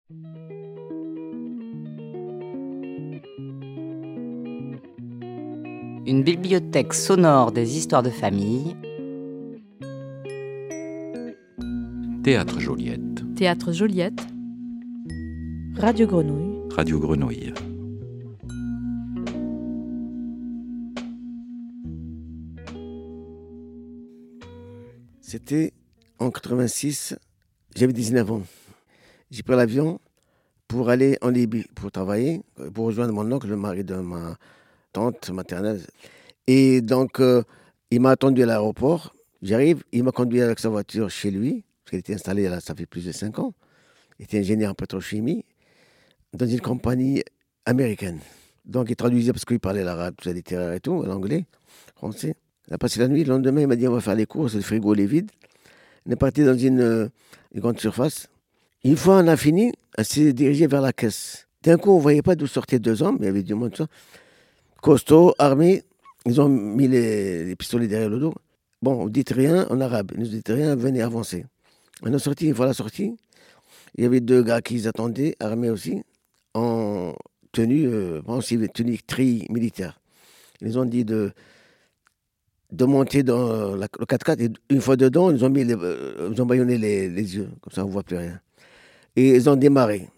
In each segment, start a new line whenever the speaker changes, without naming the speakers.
Une bibliothèque sonore des histoires de famille.
Théâtre Joliette.
Théâtre Joliette. Radio Grenouille.
Radio Grenouille.
C'était en 86, j'avais 19 ans. J'ai pris l'avion pour aller en Libye, pour travailler, pour rejoindre mon oncle, le mari de ma tante maternelle. Et donc, il m'a attendu à l'aéroport. J'arrive, il m'a conduit avec sa voiture chez lui, parce qu'il était installé là, ça fait plus de 5 ans. Il était ingénieur en pétrochimie, dans une compagnie américaine. Donc, il traduisait parce qu'il parlait l'arabe, tout ça, littéraire et tout, l'anglais, français. Il a passé la nuit, le lendemain, il m'a dit on va faire les courses, le frigo il est vide. On est parti dans une grande surface. Une fois on a fini, on s'est dirigé vers la caisse. D'un coup, on ne voyait pas d'où sortaient deux hommes, il y avait du monde, tout ça. Costauds, armés, ils ont mis les pistolets derrière le dos. Bon, vous dites rien en arabe, ils nous dites rien, venez avancer. On est sorti, une fois la sortie, il y avait deux gars qui les attendaient, armés aussi, en tenue, tenue tri militaire. Ils nous ont dit de monter dans le 4x4 et une fois dedans, ils ont bâillonné les yeux, comme ça on ne voit plus rien. Et ils ont démarré.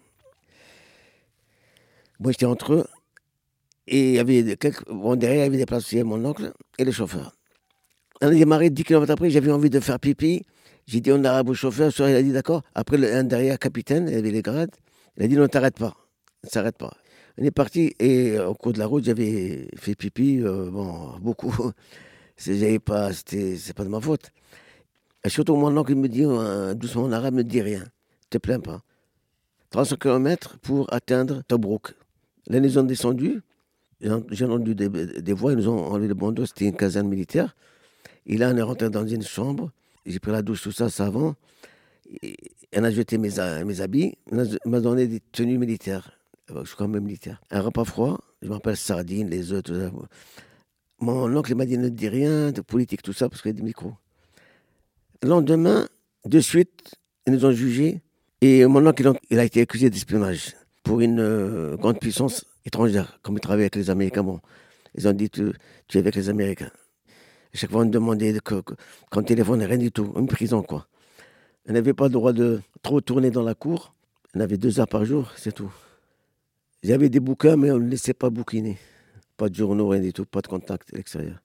Moi j'étais entre eux et il y avait derrière il y avait des places, il y avait mon oncle et le chauffeur. On a démarré 10 km après, j'avais envie de faire pipi. J'ai dit en arabe au chauffeur, il a dit d'accord. Après un derrière capitaine, il avait les grades, il a dit non, t'arrête pas, ne s'arrête pas. On est parti et au cours de la route, j'avais fait pipi, beaucoup. C'est pas de ma faute. Et surtout, mon oncle me dit doucement en arabe, ne dis rien, ne te plains pas. 300 km pour atteindre Tobrouk. Là, ils ont descendu, j'ai entendu des voix, ils nous ont enlevé le bandeau, c'était une caserne militaire. Et là, on est rentré dans une chambre, j'ai pris la douche, tout ça, savon. Et on a jeté mes habits, on m'a donné des tenues militaires. Je suis quand même militaire. Un repas froid, je me rappelle sardines, les œufs, tout ça. Mon oncle m'a dit ne dis rien de politique, tout ça, parce qu'il y a des micros. Le lendemain, de suite, ils nous ont jugés. Et mon oncle, il a été accusé d'espionnage pour une grande puissance étrangère, comme il travaillait avec les Américains. Bon, ils ont dit tu es avec les Américains. À chaque fois, on demandait qu'on téléphone, rien du tout, une prison, quoi. On n'avait pas le droit de trop tourner dans la cour. On avait 2 heures par jour, c'est tout. J'avais des bouquins, mais on ne laissait pas bouquiner. Pas de journaux, rien du tout, pas de contact à l'extérieur.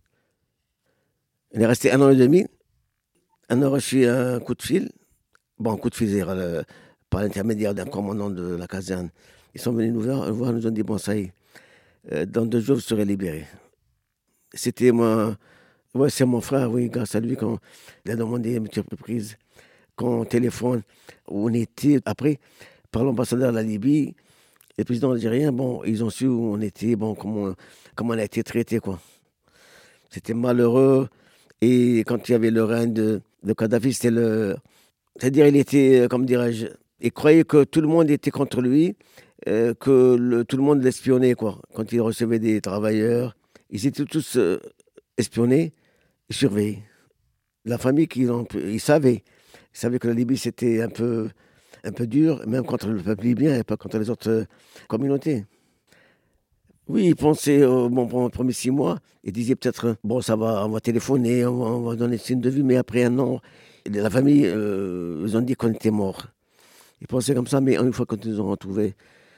On est resté 1 an et demi. On a reçu un coup de fil. Bon, un coup de fil, par l'intermédiaire d'un commandant de la caserne. Ils sont venus nous voir, nous ont dit, bon, ça y est, dans 2 jours, vous serez libérés. C'était c'est mon frère, oui, grâce à lui, quand il a demandé à M. Reprise qu'on téléphone où on était. Après, par l'ambassadeur de la Libye, les présidents algériens, bon, ils ont su où on était, bon, comment on a été traité, quoi. C'était malheureux. Et quand il y avait le règne de Kadhafi, c'est-à-dire, il était, comme dirais-je, il croyait que tout le monde était contre lui, que tout le monde l'espionnait, quoi. Quand il recevait des travailleurs, ils étaient tous espionnés et surveillés. La famille, ils savaient que la Libye, c'était un peu dur, même contre le peuple libyen et pas contre les autres communautés. Oui, ils pensaient, pendant les premiers 6 mois, ils disaient peut-être, bon, ça va, on va téléphoner, on va donner signe de vie, mais après 1 an, la famille, ils ont dit qu'on était morts. Ils pensaient comme ça, mais une fois qu'ils nous ont retrouvés,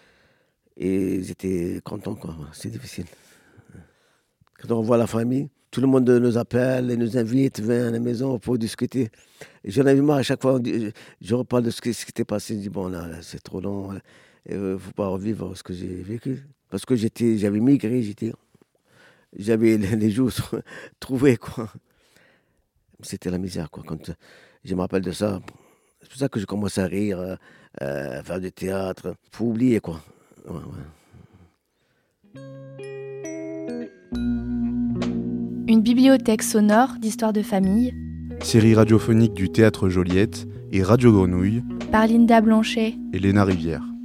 et ils étaient contents, quoi. C'est difficile. Quand on voit la famille, tout le monde nous appelle et nous invite, viens à la maison pour discuter. Et j'en avais marre, à chaque fois, je reparle de ce qui s'était passé. Je dis, bon, là, c'est trop long, il ne faut pas revivre ce que j'ai vécu. Parce que j'avais migré, j'avais les joues trouvées, quoi. C'était la misère, quoi. Quand je me rappelle de ça, c'est pour ça que je commence à rire, à faire du théâtre. Il faut oublier, quoi. Ouais.
Une bibliothèque sonore d'histoires de famille.
Série radiophonique du Théâtre Joliette et Radio Grenouille.
Par Linda Blanchet
et Léna Rivière.